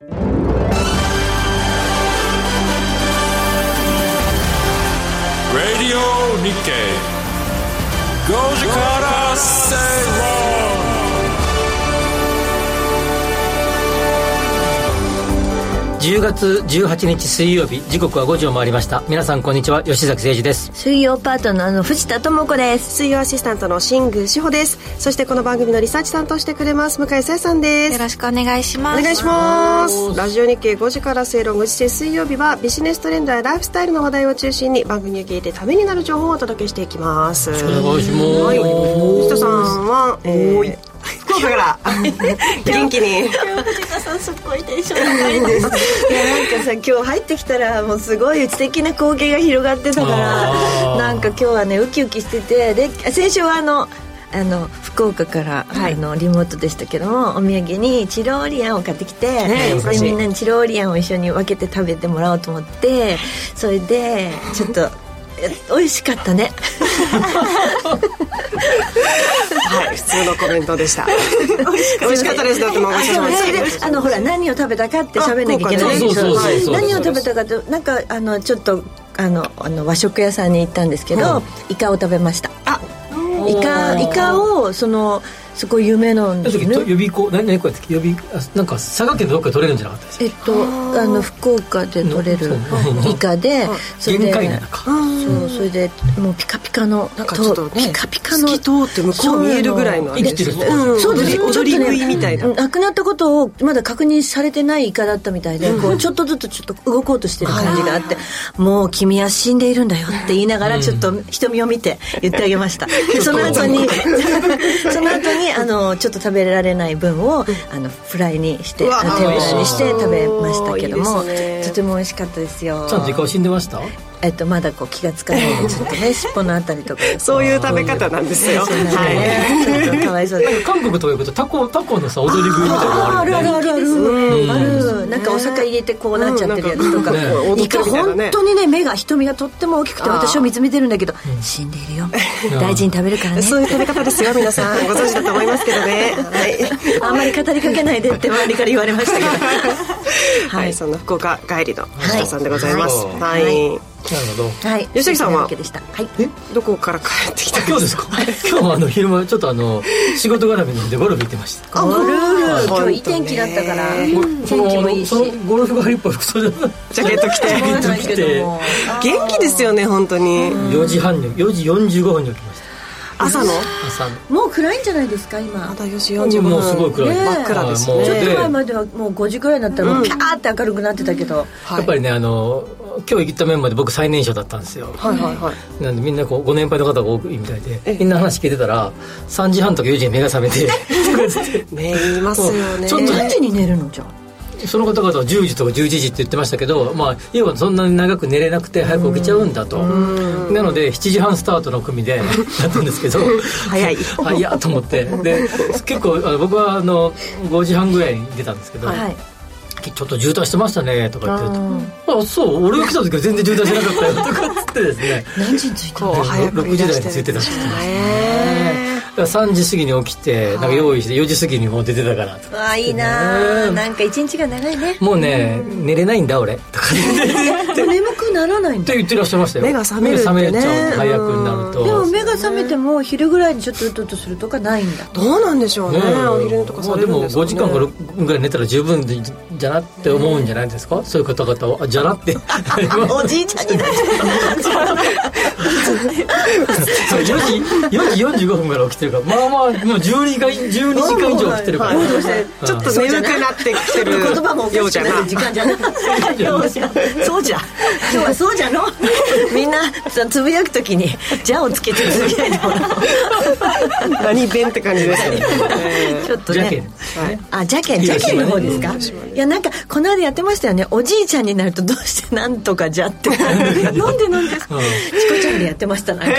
Radio Nikkei 5時から正論。 10月18日水曜日、時刻は5時を回りました。皆さんこんにちは、吉崎誠二です。 水曜パートナーの藤田智子です。 水曜アシスタントの新宮志保です。そしてこの番組のリサーチ担当してくれます向井沙耶さんです。 よろしくお願いします。 お願いします。ラジオ日経5時から正論、ご時世水曜日はビジネストレンドやライフスタイルの話題を中心に番組を聞いてためになる情報をお届けしていきます。 よろしくお願いします。 はい、藤田さんは福岡から元気に。 今日藤田さんすっごいテンション高いです。いやなんかさ、今日入ってきたらもうすごい素敵な光景が広がってたから、なんか今日はねウキウキしてて、で先週は福岡から、リモートでしたけども、お土産にチローリアンを買ってきて、でみんなにチローリアンを一緒に分けて食べてもらおうと思って、それでちょっと美味しかったね。 はい、普通のコメントでした。美味しかったです。だってもうごちそうさまです。 ほら何を食べたかって喋んなきゃいけない。何を食べたかって、なんかちょっと和食屋さんに行ったんですけど、イカを食べました。イカをすごい有名なんですね。 予備校何これなんか佐賀県のどっかで取れるんじゃなかったですか。 福岡で取れるイカで、 それで限界なのか。 それでもうピカピカの、 なんかちょっとね、 ピカピカの透き通って向こう見えるぐらいの生きてる。 そうです。 踊り食いみたいな。 亡くなったことをまだ確認されてないイカだったみたいで、こうちょっとずつちょっと動こうとしてる感じがあって、もう君は死んでいるんだよって言いながらちょっと瞳を見て言ってあげました。でその後にちょっと食べられない分をフライにして天ぷらにして食べましたけども、とても美味しかったですよ。 ちゃんとイカは死んでました？ まだこう気がつかないでちょっとね尻尾のあたりとかそういう食べ方なんですよ。 はい、ちょっとかわいそうで。 韓国とか行くとタコのさ踊り食いみたいなのあるよね。 ある。なんかお酒入れてこうなっちゃってるやつとか、イカ本当にね瞳がとっても大きくて私を見つめてるんだけど、死んでいるよ、大事に食べるからね。 そういう食べ方ですよ、皆さんご存知だと思いますけどね。 あんまり語りかけないでって周りから言われましたけど。 はい、そんな福岡帰りの藤田さんでございます。はい。 なるほど。 はい。 吉崎さんはどこから帰ってきたんですか？ 今日ですか？今日は昼間ちょっと仕事絡みでゴルフ行ってました。 ゴルフ今日いい天気だったから、天気もいいし、 そのゴルフが入っぱ服装じゃない、 ジャケット着て元気ですよね本当に。 4時45分に起きました。 朝のもう暗いんじゃないですか今。 まだ4時45分。 もうすごい暗い、 真っ暗ですね。 ちょっと前まではもう5時くらいになったらもうキャーって明るくなってたけど、 やっぱりね今日行ったメンバーで僕最年少だったんですよ。なんでみんなご年配の方が多いみたいで、みんな話聞いてたら3時半とか4時に目が覚めてね言いますよね。 ちょっと何時に寝るのじゃその方々は10時とか11時って言ってましたけど、要はそんなに長く寝れなくて早く起きちゃうんだと。なので7時半スタートの組でだったんですけど早いと思って、で結構僕は5時半ぐらいに出たんですけど、ちょっと渋滞してましたねとか言ってると、あ、そう俺が来た時は全然渋滞してなかったよとかっつってですね何時に着いたの ？6時台に着いてたんですよ。3時過ぎに起きてなんか用意して4時過ぎにもう出てたからとか、 いいな、なんか一日が長いね。 もうね寝れないんだ俺とか眠くならないんだって言ってらっしゃいましたよ。 目が覚めるってね、 目が覚めちゃう早くになると。 でも目が覚めても昼ぐらいにちょっとうとうとするとかないんだ。 どうなんでしょうね。お昼とかされるんですかね。 でも5時間から6分ぐらい寝たら十分じゃなって思うんじゃないですか、そういう方々は。じゃなっておじいちゃんになっちゃった 4時45分から起きてるから、もう12時間以上起きてるから、 ちょっと眠くなってきてる言葉もようじゃな時間じゃなそうじゃ今日はそうじゃのみんなつぶやくときにじゃをつけてつぶやいてもらおう。 何弁って感じですよね。 ちょっとね、ジャケンの方ですか？いやなんかこの間やってましたよね。おじいちゃんになるとどうしてなんとかじゃってなんでですか？チコちゃんでやってました。なんか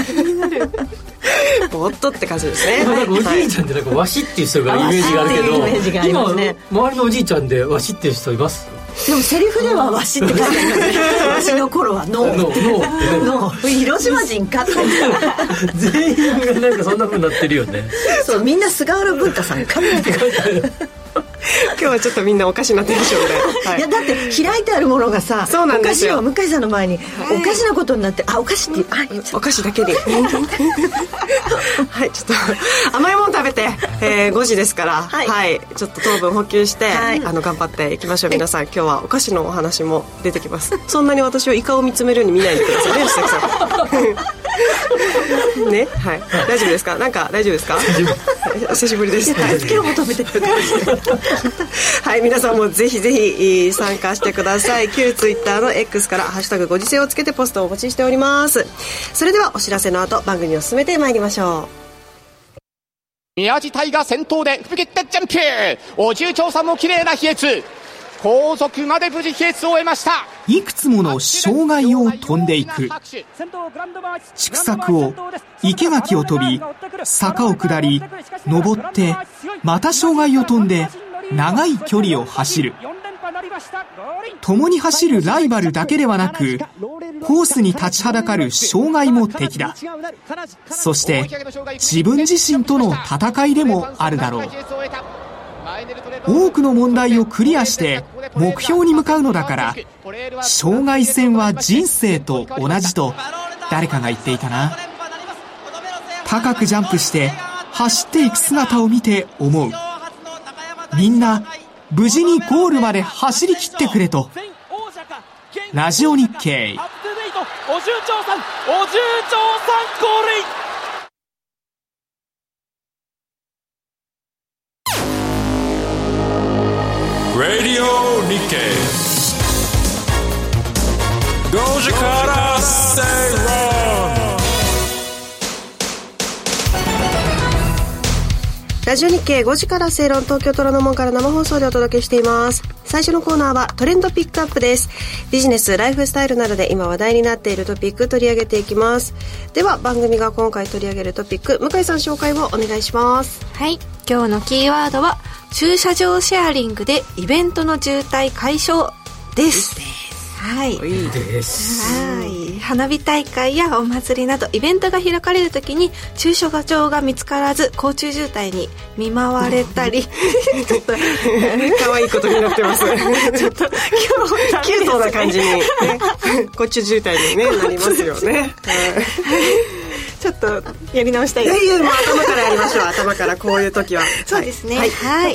ぼーっとって感じですね。 なんかおじいちゃんってなんかわしっていう人がイメージがあるけど、今周りのおじいちゃんでわしっていう人います？ でもセリフではわしって書いてありますね。わしの頃はノー広島人かって全員がなんかそんな風になってるよね。 そうみんな菅原文太さんかって書いてある。 今日はちょっとみんなおかしなテンションで、 はい、いやだって開いてあるものがさ、 そうなんですよ、 お菓子を向井さんの前におかしなことになって、お菓子ってお菓子だけではい、ちょっと甘いもの食べて、5時ですから、はい、はい、ちょっと糖分補給して、はい、頑張っていきましょう。皆さん今日はお菓子のお話も出てきます。そんなに私をイカを見つめるように見ないでくださいね、吉崎さんね、はい、大丈夫ですか？なんか大丈夫ですか？お久しぶりです。 はい、今日も食べてるはい、皆さんもぜひぜひ参加してください。旧ツイッターの X からハッシュタグご時世をつけてポストをお待ちしております。それではお知らせの後、番組を進めてまいりましょう。 宮地隊が先頭で踏み切ってジャンプ、お重長さんも綺麗な飛越、後続まで無事飛越を終えました。 いくつもの障害を飛んでいく。縮作を池垣を飛び、坂を下り、登って、また障害を飛んで長い距離を走る。共に走るライバルだけではなく、コースに立ちはだかる障害も敵だ。そして自分自身との戦いでもあるだろう。多くの問題をクリアして目標に向かうのだから、障害戦は人生と同じと誰かが言っていたな。高くジャンプして走っていく姿を見て思う。みんな無事にゴールまで走り切ってくれと。ラジオ日経。 お重長さんゴールイン。 Radio Nikkei 5時から正論。 ラジオ日経5時から正論、東京虎ノ門から生放送でお届けしています。最初のコーナーはトレンドピックアップです。ビジネス、ライフスタイルなどで今話題になっているトピック取り上げていきます。では番組が今回取り上げるトピック、向井さん紹介をお願いします。 はい、今日のキーワードは駐車場シェアリングでイベントの渋滞解消です。はい、 いいです。 はい、花火大会やお祭りなどイベントが開かれるときに駐車場が見つからず交通渋滞に見舞われたりちょっと可愛いことになってますちょっと今日キュートな感じに、ね、交通渋滞に、ね、なりますよねちょっとやり直したいです。もう頭からやりましょう。頭からこういう時はそうですね。はい、はい、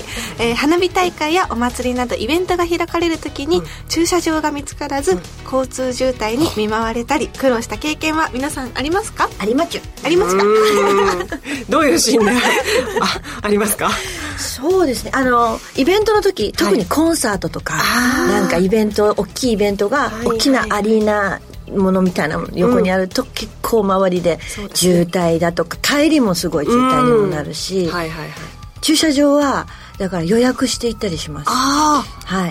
花火大会やお祭りなどイベントが開かれるときに、駐車場が見つからず、交通渋滞に見舞われたり苦労した経験は皆さんありますか？ ありますありますか？ どういうシーンでありますか？ そうですね、イベントの時、特にコンサートとか、なんかイベント、大きいイベントが、大きなアリーナものみたいな横にあると、結構周りで渋滞だとか、帰りもすごい渋滞にもなるし、駐車場はだから予約して行ったりします。はい、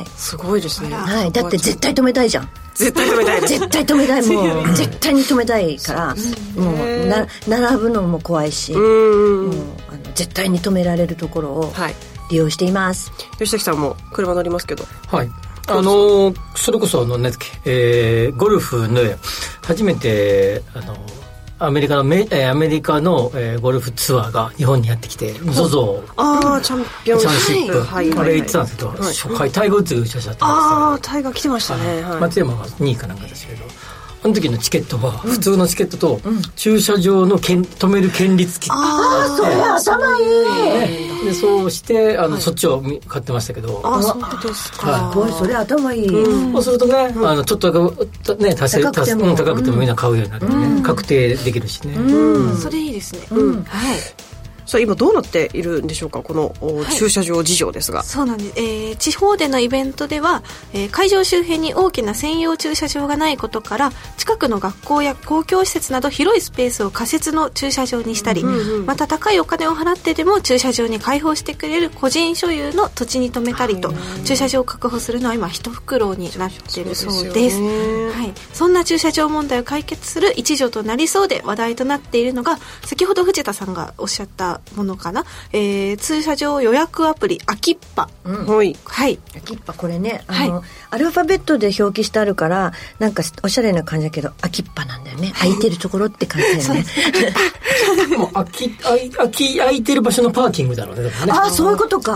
すごいですね。 はい、だって絶対止めたいじゃん。 絶対止めたいです。 絶対止めたい。もう絶対に止めたいから、もう並ぶのも怖いし、もう絶対に止められるところを利用しています。 吉崎さんも車乗りますけど。 はい。それこそゴルフで初めてアメリカの、ゴルフツアーが日本にやってきて、ZOZO チャンピオンシップ、 あれ行ってたんですけど、初回タイガー・ウッズが優勝しちゃったんですよ。 タイガー来てましたね。 松山が2位かなんかですけど、あの時のチケットは普通のチケットと駐車場の止める権利付き、 それ頭いい、 でそうしてそっちを買ってましたけど。 そうですか。 それ頭いい。 そうするとね、ちょっとね、高くてもみんな買うようになるね、確定できるしね。 それいいですね。はい。 さあ今どうなっているんでしょうか、この駐車場事情ですが。 そうなんです。地方でのイベントでは、会場周辺に大きな専用駐車場がないことから、近くの学校や公共施設など広いスペースを仮設の駐車場にしたり、また高いお金を払ってでも駐車場に開放してくれる個人所有の土地に止めたりと、駐車場を確保するのは今一苦労になっているそうです。はい、そんな駐車場問題を解決する一助となりそうで話題となっているのが、先ほど藤田さんがおっしゃったものかな、駐車場予約アプリアキッパ、 はい、アキッパ、これね、アルファベットで表記してあるからなんかおしゃれな感じだけど、アキッパなんだよね。空いてるところって感じだよね。 もう空いてる場所のパーキングだろうね。 そういうことか。 空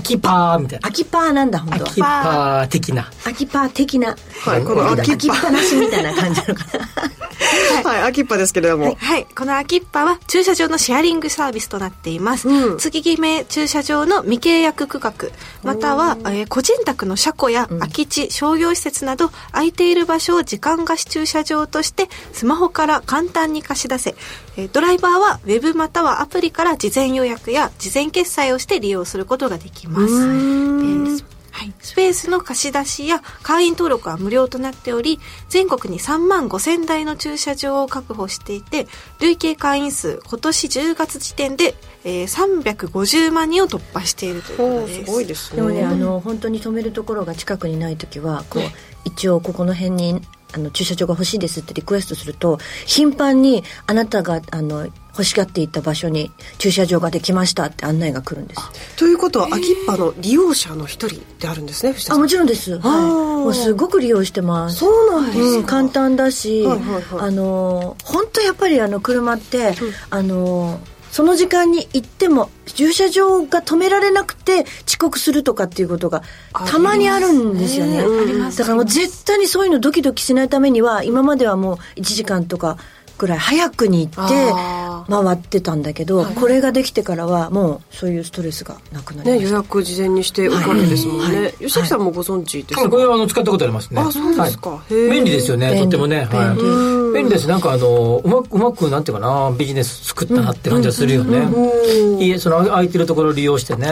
キパーみたいな。 秋パーなんだ、本当は。 秋パー的な。 秋パー的な。 はい、この秋っぱなしみたいな感じなのかな。 はい、秋っぱですけれども。 はい、この秋っぱは駐車場のシェアリングサービスとなっています。月決め駐車場の未契約区画、または、個人宅の車庫や空き地、商業施設など空いている場所を時間貸し駐車場としてスマホから簡単に貸し出せ、ドライバーはウェブまたはアプリから事前予約や事前決済をして利用することができます。はい、スペースの貸し出しや会員登録は無料となっており、全国に3万5000台の駐車場を確保していて、累計会員数今年10月時点で、350万人を突破しているということです。 すごいですね。 でもね、本当に止めるところが近くにないときはこう、一応ここの辺に駐車場が欲しいですってリクエストすると、頻繁にあなたが欲しがっていた場所に駐車場ができましたって案内が来るんです。 ということは秋っぱの利用者の一人であるんですね、藤田さん。 もちろんです、はい、もうすごく利用してます。 そうなんですか。 簡単だし、本当やっぱり車って、その時間に行っても駐車場が止められなくて遅刻するとかっていうことがたまにあるんですよね。だからもう絶対にそういうのドキドキしないためには、今まではもう1時間とかくらい早くに行って回ってたんだけど、これができてからはもうそういうストレスがなくなりました。 予約事前にしておくわけですもんね。吉崎さんもご存知ですか？ これは使ったことありますね。 そうですか。 便利ですよね、とってもね。便利です。なんかうまくなんていうかな、ビジネス作ったなって感じがするよね。その空いてるところを利用してね。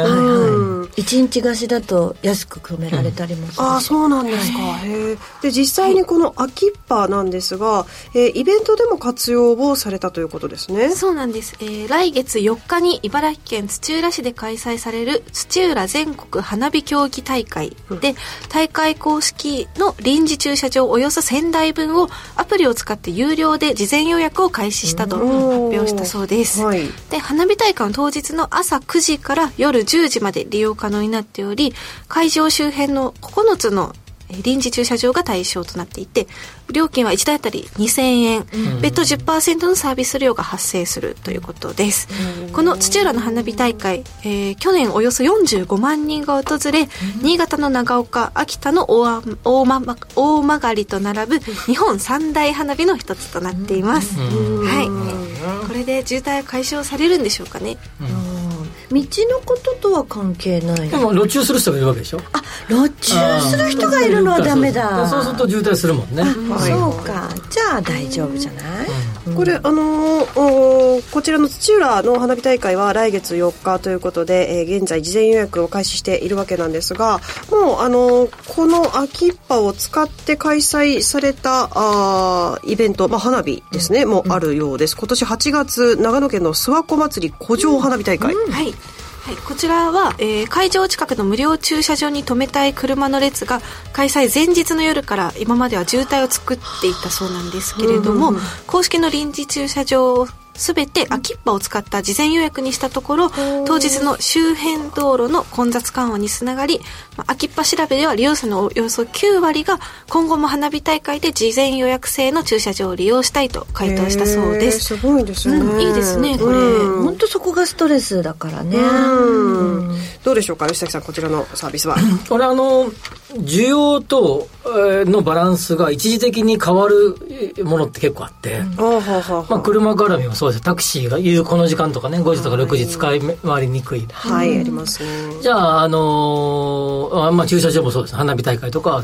1日貸しだと安く組められたりもするし。 そうなんですか。で、実際にこの秋っぱなんですが、イベントでも活用をされたということですね。 そうなんです。来月4日に茨城県土浦市で開催される土浦全国花火競技大会で、大会公式の臨時駐車場およそ1000台分をアプリを使って有料で事前予約を開始したと発表したそうです。で、花火大会の当日の朝9時から夜10時まで利用可能になっており、会場周辺の9つの臨時駐車場が対象となっていて、料金は1台あたり2000円、別途 10% のサービス料が発生するということです。この土浦の花火大会、去年およそ45万人が訪れ、新潟の長岡、秋田の大曲と並ぶ日本三大花火の一つとなっています。はい、これで渋滞解消されるんでしょうかね。 道のこととは関係ない。 でも路駐する人がいるわけでしょ。 路駐する人がいるのはダメだ。 そうすると渋滞するもんね。 そうか、じゃあ大丈夫じゃない。 これこちらの土浦の花火大会は来月4日ということで、現在事前予約を開始しているわけなんですが、もうこの秋っぱを使って開催されたイベント、花火ですね、もあるようです。今年8月長野県の諏訪湖祭り湖上花火大会、 はいはい、こちらは、会場近くの無料駐車場に止めたい車の列が開催前日の夜から今までは渋滞を作っていたそうなんですけれども、公式の臨時駐車場をすべて秋っぱを使った事前予約にしたところ、当日の周辺道路の混雑緩和につながり、秋っぱ調べでは利用者のおよそ9割が今後も花火大会で事前予約制の駐車場を利用したいと回答したそうです。 すごいですね。 いいですね、これ。 本当そこがストレスだからね。 どうでしょうか、吉崎さん、こちらのサービスは。 これ需要とのバランスが一時的に変わるものって結構あって、車絡みもそうです。タクシーが夕この時間とかね、5時とか6時使い回りにくい。 ありますね。 じゃあ駐車場もそうです。花火大会とか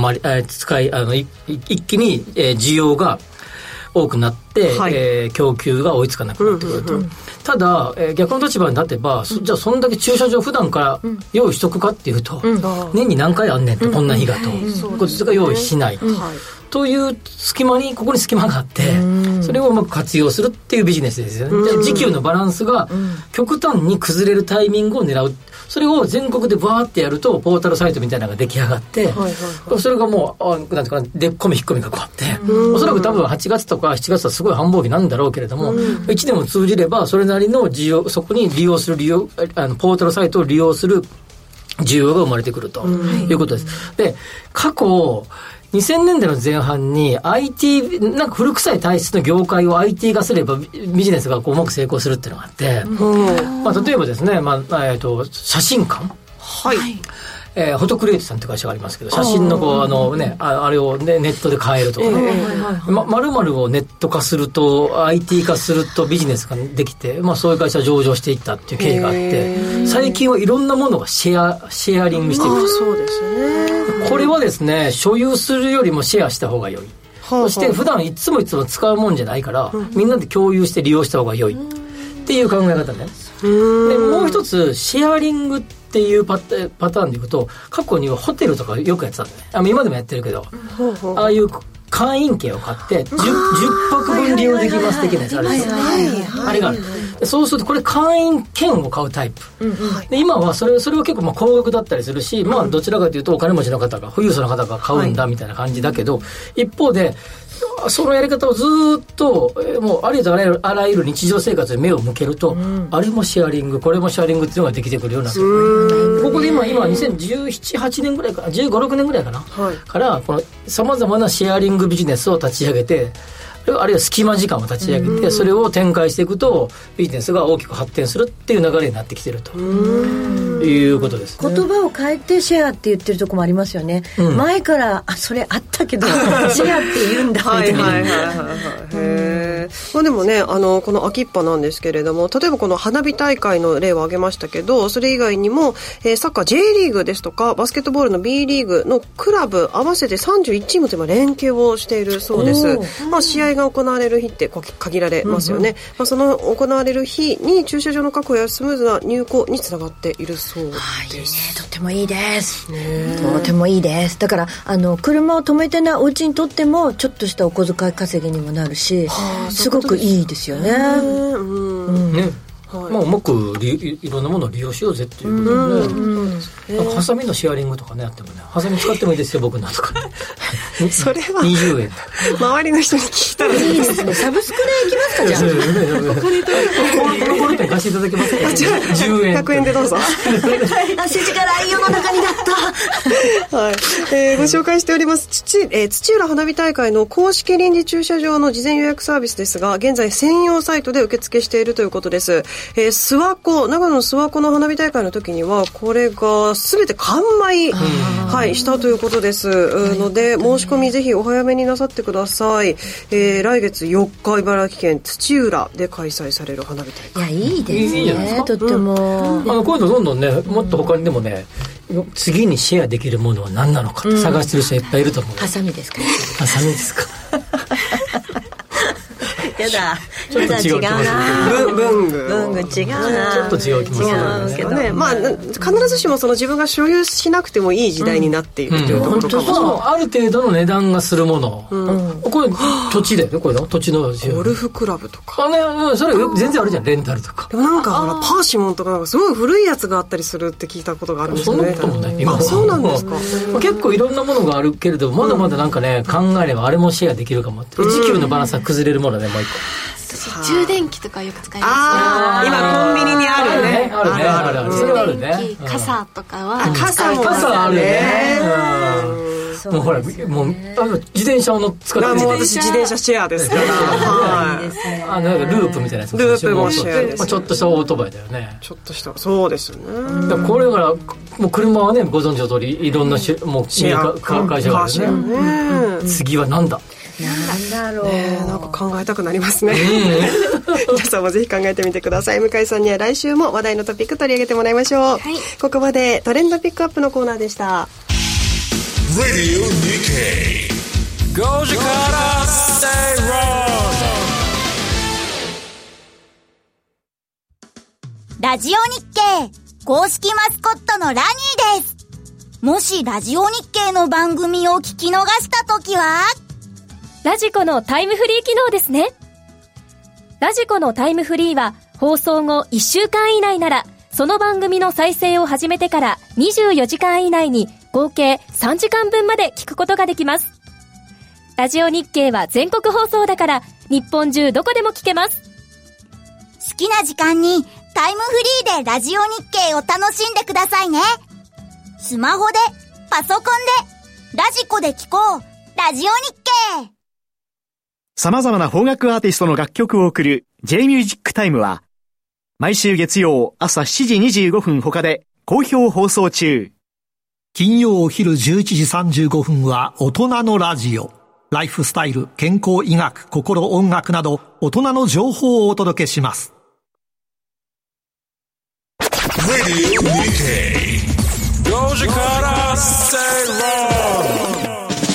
一気に需要が多くなって、供給が追いつかなくなってくると。ただ、逆の立場に立てば、じゃあそんだけ駐車場普段から用意しとくかっていうと、年に何回あんねんと、こんな日がと、こっちが用意しない、というここに隙間があって、それをうまく活用するっていうビジネスですよね。時給のバランスが極端に崩れるタイミングを狙う。それを全国でバーってやるとポータルサイトみたいなのが出来上がって、それがもうなんていうかな、でっこみ引っ込みがこうあって、おそらく多分8月とか7月はすごい繁忙期なんだろうけれども、1年も通じればそれなりの需要、そこにポータルサイトを利用する需要が生まれてくるということです。で、過去2000年代の前半に IT、なんか古臭い体質の業界を IT 化すればビジネスがうまく成功するっていうのがあって、例えばですね、写真館はい。 フォトクリエイトさんって会社がありますけど、写真のこうあれを、ね、ネットで買えるとか、〇〇をネット化すると IT 化するとビジネスができて、そういう会社上場していったっていう経緯があって、最近はいろんなものがシェアリングしていく。 そうですね。 これはですね、所有するよりもシェアした方が良い。そして普段いつも使うもんじゃないから、みんなで共有して利用した方が良いっていう考え方ね。でもう一つシェアリングっていうパターンでいくと、過去にはホテルとかよくやってたんだね。今でもやってるけど、ああいう会員券を買って 10泊分利用できます的なやつあるんですよ。あれがある。そうするとこれ会員券を買うタイプ、で今はそれは結構高額だったりするし、どちらかというとお金持ちの方が富裕層の方が買うんだみたいな感じだけど、一方でそのやり方をずっともうありとあらゆる日常生活に目を向けると、あれもシェアリングこれもシェアリングっていうのができてくるようになってる。ここで今2017、8年ぐらいかな、15、6年ぐらいかな、からこの様々なシェアリングビジネスを立ち上げて、あるいは隙間時間を立ち上げて、それを展開していくとビジネスが大きく発展するっていう流れになってきてるということですね。 言葉を変えてシェアって言ってるとこもありますよね、前からそれあったけどシェアって言うんだみたいな。 でもね、この秋っぱなんですけれども、例えばこの花火大会の例を挙げましたけど、それ以外にも、サッカー J リーグですとかバスケットボールの B リーグのクラブ合わせて31チームと今連携をしているそうです。試合が行われる日って限られますよね、その行われる日に駐車場の確保やスムーズな入庫につながっているそうです。 いいね、とってもいいです、とてもいいです。だから車を止めてないお家にとってもちょっとしたお小遣い稼ぎにもなるし、すごくいいですよね。 うまくいろんなものを利用しようぜっていうことで、ハサミのシェアリングとかね、あってもね、ハサミ使ってもいいですよ僕のとかねそれは 20円周りの人に聞いたらいいですね。 サブスクで行きますか、じゃあお金とこの店貸していただけますか。10円 100円でどうぞ足力いい世の中になったはい、ご紹介しております土浦花火大会の公式臨時駐車場の事前予約サービスですが、現在専用サイトで受付しているということです。長野の諏訪湖の花火大会の時にはこれが全て完売、したということですので、申し込みぜひお早めになさってください。来月4日茨城県土浦で開催される花火大会。 いや、いいですね。 いいじゃないですか。 とっても、 こういうのどんどんね、もっと他にでもね、次にシェアできるものは何なのかって探してる人いっぱいいると思う。 ハサミですか。 ハサミですかやだ、 ちょっと違う気もする文具違うな、 ちょっと違う気もするけどね。必ずしもその自分が所有しなくてもいい時代になっているというところかもしれない。 ある程度の値段がするもの、これ土地だよね、これの土地のゴルフクラブとかそれ全然あるじゃん、レンタルとか。 でもなんかほらパーシモンとかなんかすごい古いやつがあったりするって聞いたことがあるんですよね。 そんなこともない今は。 そうなんですか。 結構いろんなものがあるけれども、まだまだなんかね、考えればあれもシェアできるかもって。時給のバランスが崩れるものね、もう一個。 充電器とかよく使いますね。 今コンビニにあるね。 あるそれはあるね。 傘とかは傘あるね。 もうほら、もう自転車を使ってる。 もう私自転車シェアですから。 なんかループみたいなやつ。 ループもシェアです。 ちょっとしたオートバイだよね。 ちょっとした、そうですよね。 これからもう車はね、ご存知の通りいろんなもう会社があるね。次は何だ。 なんだろう、 なんか考えたくなりますね。皆さんもぜひ考えてみてください。向井さんには来週も話題のトピック取り上げてもらいましょう。ここまでトレンドピックアップのコーナーでした。 Radio Nikkei Go Jakarta Stay Wrong ラジオ日経公式マスコットのラニーです。もしラジオ日経の番組を聞き逃したときはラジコのタイムフリー機能ですね。ラジコのタイムフリーは放送後1週間以内ならその番組の再生を始めてから24時間以内に合計3時間分まで聞くことができます。ラジオ日経は全国放送だから日本中どこでも聞けます。 好きな時間にタイムフリーでラジオ日経を楽しんでくださいね。スマホで、パソコンで、ラジコで聞こう。ラジオ日経。 様々な邦楽アーティストの楽曲を送る J-Music Time は毎週月曜朝7時25分他で好評放送中。 金曜お昼11時35分は大人のラジオ。ライフスタイル、健康医学、心音楽など大人の情報をお届けします。 Radio Nikkei Goji Kara Say Wrong。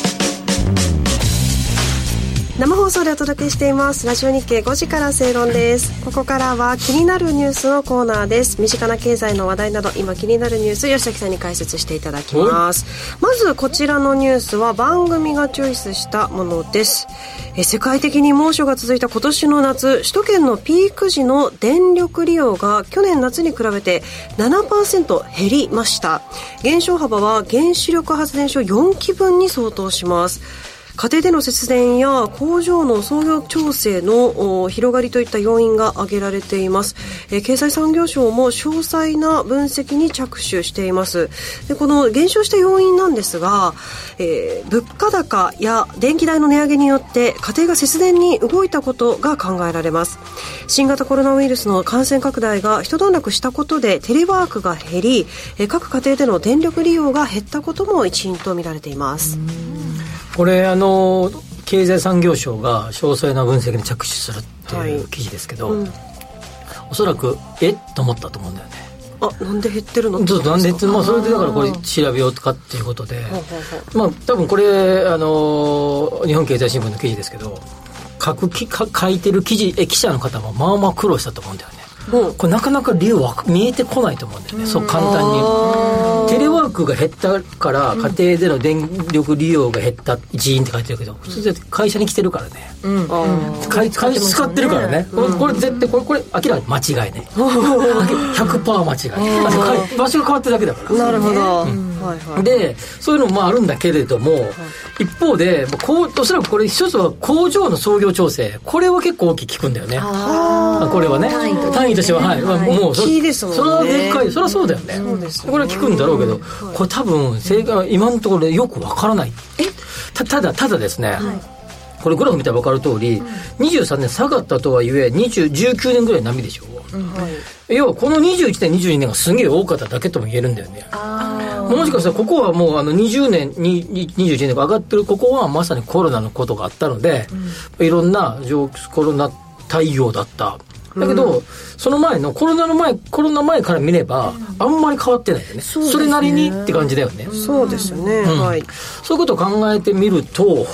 生放送でお届けしていますラジオ日経5時から正論です。ここからは気になるニュースのコーナーです。身近な経済の話題など今気になるニュース、吉崎さんに解説していただきます。まずこちらのニュースは番組がチョイスしたものです。世界的に猛暑が続いた今年の夏、首都圏のピーク時の電力利用が去年夏に比べて 7% 減りました。減少幅は原子力発電所4基分に相当します。家庭での節電や工場の操業調整の広がりといった要因が挙げられています。経済産業省も詳細な分析に着手しています。でこの減少した要因なんですが、物価高や電気代の値上げによって家庭が節電に動いたことが考えられます。新型コロナウイルスの感染拡大が一段落したことでテレワークが減り、各家庭での電力利用が減ったことも一因と見られています。 これ経済産業省が詳細な分析に着手するっていう記事ですけど、おそらくと思ったと思うんだよね。 なんで減ってるの？ なんで減ってるの？それでだからこれ調べようとかっていうことで、多分これ日本経済新聞の記事ですけど、書いてる記者の方もまあまあ苦労したと思うんだよね。これなかなか理由は見えてこないと思うんだよね。そう簡単にテレワークが減ったから家庭での電力利用が減った一因って書いてるけど、普通で会社に来てるからね、会社使ってるからね、これ絶対これ明らかに間違いね100% 間違い、場所が変わってるだけだから。 なるほど、 でそういうのもあるんだけれども、一方でおそらくこれ一つは工場の操業調整、これは結構大きく効くんだよね。これはね単位としては、もうキーですもんね。 それはでっかい、それはそうだよね。これは効くんだろうけど、これ多分正解は今のところよくわからない。ただですね、これグラフ見たら分かる通り、23年下がったとはいえ19年ぐらい波でしょ。要はこの21年22年がすげえ多かっただけとも言えるんだよね。もしかしたらここはもう20年21年が上がってる、ここはまさにコロナのことがあったので、いろんなコロナ対応だった。だけど、その前のコロナ前から見ればあんまり変わってないよね。それなりにって感じだよね。 そうですよね、 そういうことを考えてみると、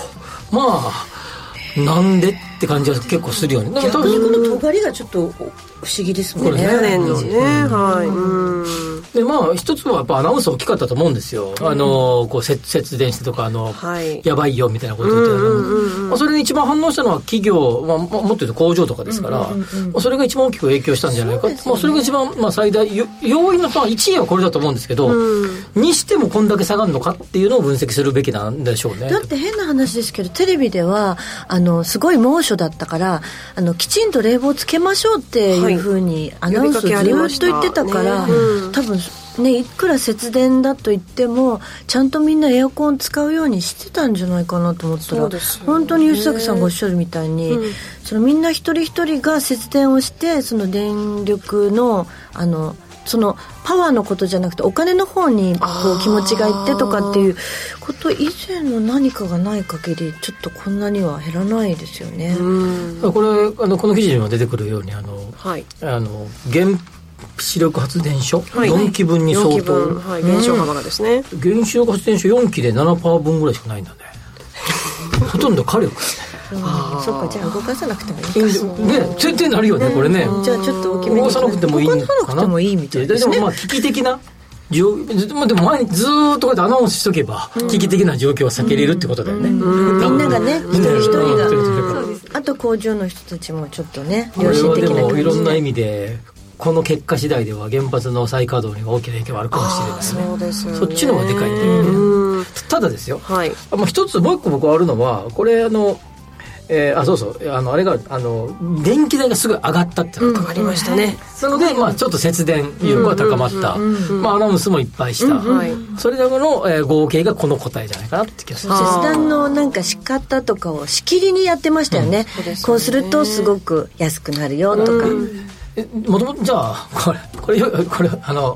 なんでって感じは結構するよね。 逆にこの尖りがちょっと不思議ですもんね。 去年ですね。 で一つはやっぱアナウンス大きかったと思うんですよ。こう節電してとかやばいよみたいなこと言ってそれに一番反応したのは企業、もっと言うと工場とかですから、それが一番大きく影響したんじゃないか。それが一番最大要因の1位はこれだと思うんですけど、にしてもこんだけ下がるのかっていうのを分析するべきなんでしょうね。 だって変な話ですけど、テレビではすごい猛暑だったからきちんと冷房つけましょうっていうふうにアナウンスをずっと言ってたから、多分ね、いくら節電だと言ってもちゃんとみんなエアコン使うようにしてたんじゃないかなと思ったら、本当に吉崎さんがおっしゃるみたいに、そのみんな一人一人が節電をして、その電力のそのパワーのことじゃなくてお金の方にこう気持ちがいってとかっていうこと以前の何かがない限りちょっとこんなには減らないですよね。 これこの記事にも出てくるように原子力発電所4基分に相当、 減少幅がですね、 原子力発電所4基で 7% 分ぐらいしかないんだねほとんど火力そっか、じゃあ動かさなくてもいいかね、全然なるよね、これね。 じゃあちょっと大きめに動かさなくてもいいのかな。 動かさなくてもいいみたいですね。 でも危機的なでも前にずーっとこうやってアナウンスしとけば、危機的な状況は避けれるってことだよね。 みんながね、一人一人が、あと工場の人たちもちょっとね、良心的な感じで。 でもいろんな意味でこの結果次第では原発の再稼働に大きな影響があるかもしれないですね。 そうですよね。 そっちの方がでかいんだよね。ただですよ、一つもう一個僕はあるのは、これそうそうあれが電気代がすごい上がったっていうのが上がりましたね。なのでちょっと節電意欲が高まった、アナウンスもいっぱいした、それらの、合計がこの答えじゃないかなって気がする。 節電のなんか仕方とかをしきりにやってましたよね。こうするとすごく安くなるよとか。 もともとじゃあこれ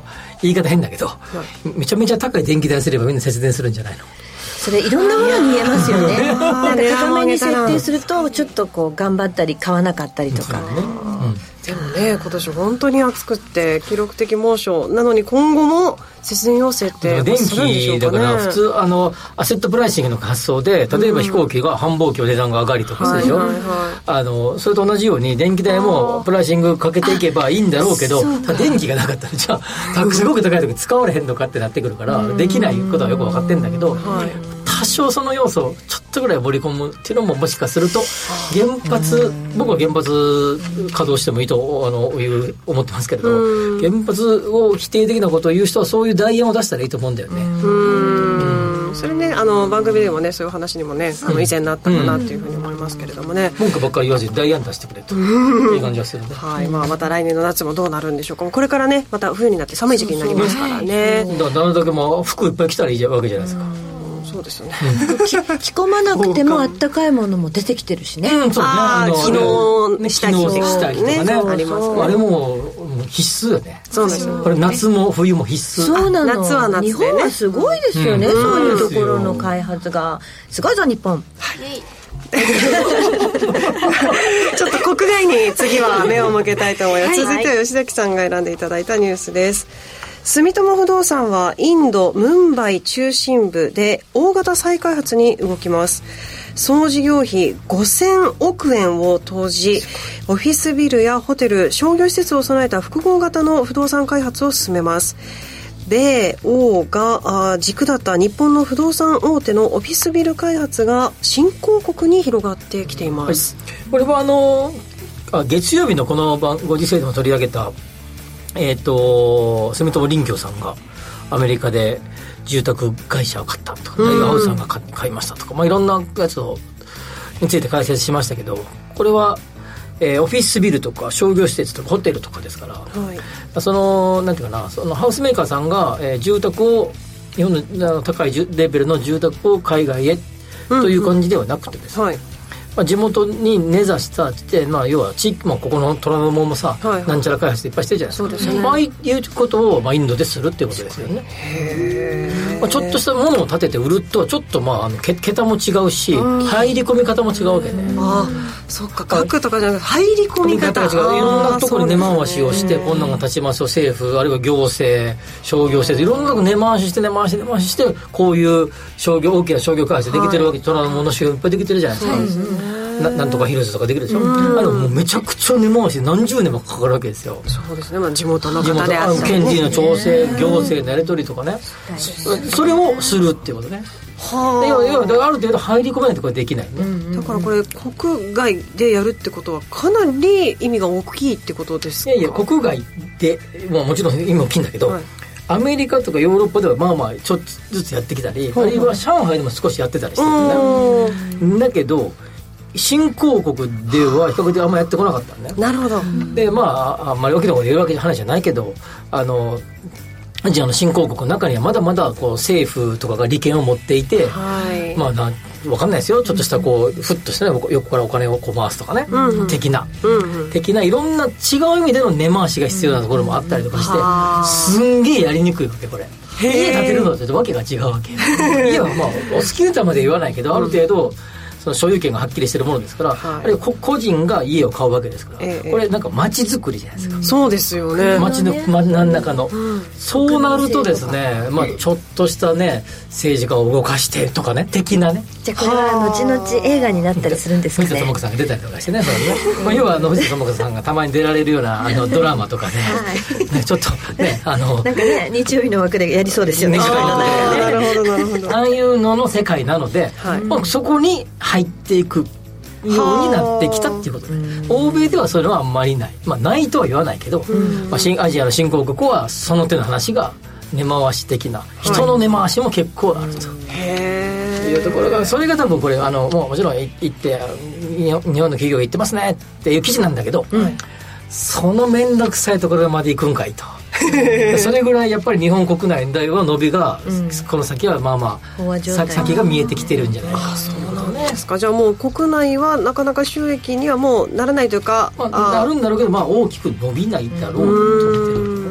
言い方変だけど、めちゃめちゃ高い電気代すればみんな節電するんじゃないの。 それいろんなものに見えますよね。なんか高めに設定するとちょっとこう頑張ったり買わなかったりとか、 でもね、今年本当に暑くって記録的猛暑なのに、今後も節電要請って電するんでしょうかね。 気だから普通アセットプライシングの発想で、例えば飛行機が繁忙期の値段が上がりとかするでしょ、それと同じように電気代もプライシングかけていけばいいんだろうけど、電気がなかったらじゃあすごく高い時使われへんのかってなってくるから、できないことはよく分かってるんだけど、多少その要素をちょっとぐらい盛り込むっていうのももしかすると、原発、僕は原発稼働してもいいと思ってますけれど、原発を否定的なことを言う人はそういう代案を出したらいいと思うんだよね。 それね、番組でもね、そういう話にもね、以前なったかなっていうふうに思いますけれどもね、 文句ばっかり言わずに代案出してくれという感じがするね。 はい、また来年の夏もどうなるんでしょうか。これからね、また冬になって寒い時期になりますからね。 だからだけ服いっぱい着たらいいわけじゃないですか。 そうですよね。 着込まなくてもあったかいものも出てきてるしね。 昨日したりとかね、 ありますね。 あれも必須だね。 そうですよ。 これ夏も冬も必須。 そうなの。 夏は夏でね。 日本はすごいですよね。そういうところの開発がすごいぞ日本。 ちょっと国外に次は目を向けたいと思います。続いては吉崎さんが選んでいただいたニュースです。住友不動産はインド・ムンバイ中心部で大型再開発に動きます。総事業費5000億円を投じ、オフィスビルやホテル、商業施設を備えた複合型の不動産開発を進めます。米欧が軸だった日本の不動産大手のオフィスビル開発が新興国に広がってきています。 これは月曜日のこのご時世でも取り上げた住友林業さんがアメリカで住宅会社を買ったとか、大和ハウスさんが買いましたとか、いろんなやつについて解説しましたけど、これは、オフィスビルとか商業施設とかホテルとかですから、なんていうかな、そのハウスメーカーさんが、住宅を日本の高いレベルの住宅を海外へという感じではなくてですね、地元に根ざしたって、要は地域、ここの虎ノ門もさ、なんちゃら開発いっぱいしてるじゃないですか。そうですよね。ああいうことを、インドでするっていうことですよね。ちょっとしたものを建てて売るとちょっと桁も違うし、入り込み方も違うわけね。 そっか、額とかじゃなくて入り込み方が違う。 いろんなところに根回しをして、こんなのが立ちますよ、政府あるいは行政、商業施設、いろんなところ根回ししてこういう大きな商業開発できてるわけ。虎ノ門の周辺いっぱいできてるじゃないですか。なんとかヒルズとかできるでしょ。もうめちゃくちゃ根回し何十年もかかるわけですよ。 そうですね。地元の方であったり、 県知事の調整、行政のやり取りとかね、それをするっていうことね。要はある程度入り込めないところはできないね。 だからこれ国外でやるってことはかなり意味が大きいってことですか。 いや国外で、もちろん意味大きいんだけど、アメリカとかヨーロッパではちょっとずつやってきたり、あるいは上海でも少しやってたりしてるんだけど、新興国では比較的あんまやってこなかったんだよ。 なるほど。 であんまり大きなこと言うわけ話じゃないけど、アジアの新興国の中にはまだまだ政府とかが利権を持っていて、分かんないですよ、ちょっとしたふっとしたね、横からお金を回すとかね、的ないろんな違う意味での根回しが必要なところもあったりとかして、すんげえやりにくいわけ。これ家建てるのとちょっとわけが違うわけ。家はお好き歌まで言わないけど、ある程度その所有権がはっきりしてるものですから、あるいは個人が家を買うわけですから、これなんか街づくりじゃないですか。 そうですよね。 街の真ん中の、そうなるとですね、ちょっとしたね政治家を動かしてとかね、的なね。 じゃあこれは後々映画になったりするんですかね。 藤田智子さんが出たりとかしてね、それね要は藤田智子さんがたまに出られるようなドラマとかね、ちょっとねなんかね、日曜日の枠でやりそうですよね。 なるほどなるほど。 ああいうのの世界なので、そこに入っていくようになってきたっていうことで、欧米ではそういうのはあんまりない、ないとは言わないけど、アジアの新興国はその手の話が根回し的な、人の根回しも結構あるというところが、それが多分これもちろん言って日本の企業が言ってますねっていう記事なんだけど、その面倒くさいところまで行くんかいとそれぐらいやっぱり日本国内の伸びが、この先は先が見えてきてるんじゃないか。 そうなんですか。じゃあもう国内はなかなか収益にはもうならないというか、 なるんだろうけど、大きく伸びないだろうと思ってる。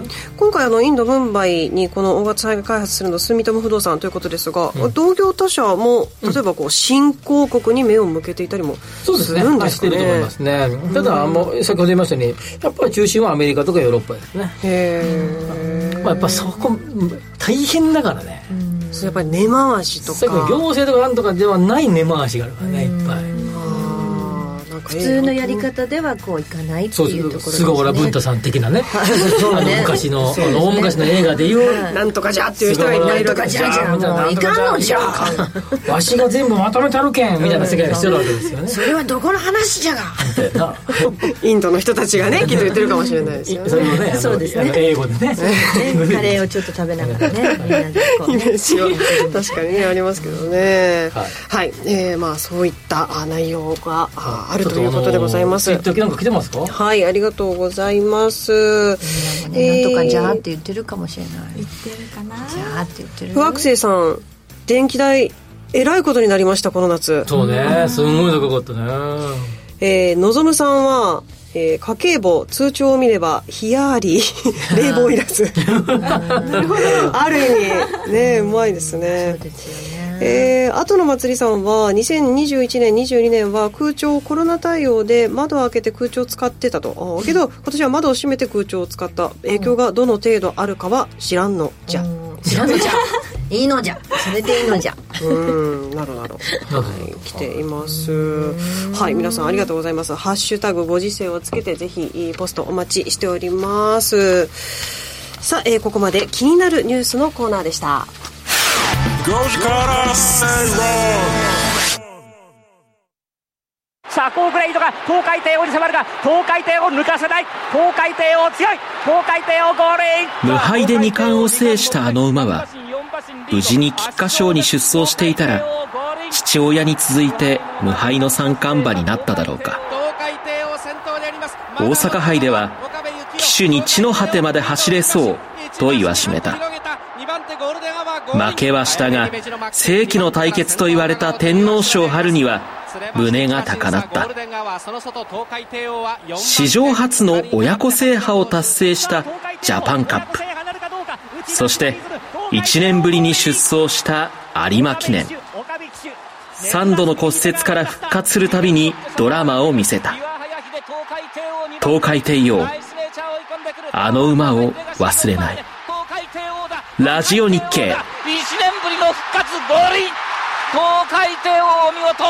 今回インドムンバイにこの大型災害開発するの住友不動産ということですが、同業他社も例えば新興国に目を向けていたりもするんですかね。 そうですね、してると思いますね。ただ先ほど言いましたようにやっぱり中心はアメリカとかヨーロッパですね。やっぱそこ大変だからね。 やっぱり根回しとか行政とかなんとかではない根回しがあるからね、いっぱい。 普通のやり方ではこういかないっていうところですね。 菅原文太さん的なね昔の大昔の映画でいうなんとかじゃっていう人がいない。 なんとかじゃもういかんのじゃわしが全部まとめたるけんみたいな世界がしてるわけですよね。 それはどこの話じゃがインドの人たちがねきっと言ってるかもしれないですよね。 それもね、 そうですね、 英語でねカレーをちょっと食べながらねみんなでこうねイメージは確かにねありますけどね。はい、そういった内容があるということでございます。 ツイッターなんか来てますか？ はい、ありがとうございます。 なんとかじゃーって言ってるかもしれない。 言ってるかな。 じゃーって言ってる。 不惑星さん、電気代えらいことになりましたこの夏。 そうね、すんごい高かったね。 のぞむさんは、家計簿通帳を見ればヒヤーリ冷房いらずある意味ねうまいですね。そうですよね。後の祭りさんは2021年22年は空調コロナ対応で窓を開けて空調を使ってたと。けど今年は窓を閉めて空調を使った影響がどの程度あるかは知らんのじゃ。 知らんのじゃいいのじゃそれでいいのじゃなるほど、来ています。はい、皆さんありがとうございます。ハッシュタグご時世をつけてぜひポストお待ちしております。さあ、ここまで気になるニュースのコーナーでした。 5時から正論。 さあコーグレイドが東海帝王に迫るが東海帝王抜かせない。東海帝王強い。東海帝王ゴールイン。 無敗で2冠を制したあの馬は無事に菊花賞に出走していたら父親に続いて無敗の三冠馬になっただろうか。大阪杯では騎手に地の果てまで走れそうと言わしめた。負けはしたが世紀の対決と言われた天皇賞春には胸が高鳴った。史上初の親子制覇を達成したジャパンカップ、そして1年ぶりに出走した有馬記念。3度の骨折から復活するたびにドラマを見せた。東海帝王、あの馬を忘れない。ラジオ日経。1年ぶりの復活ゴールイン。東海帝王お見事。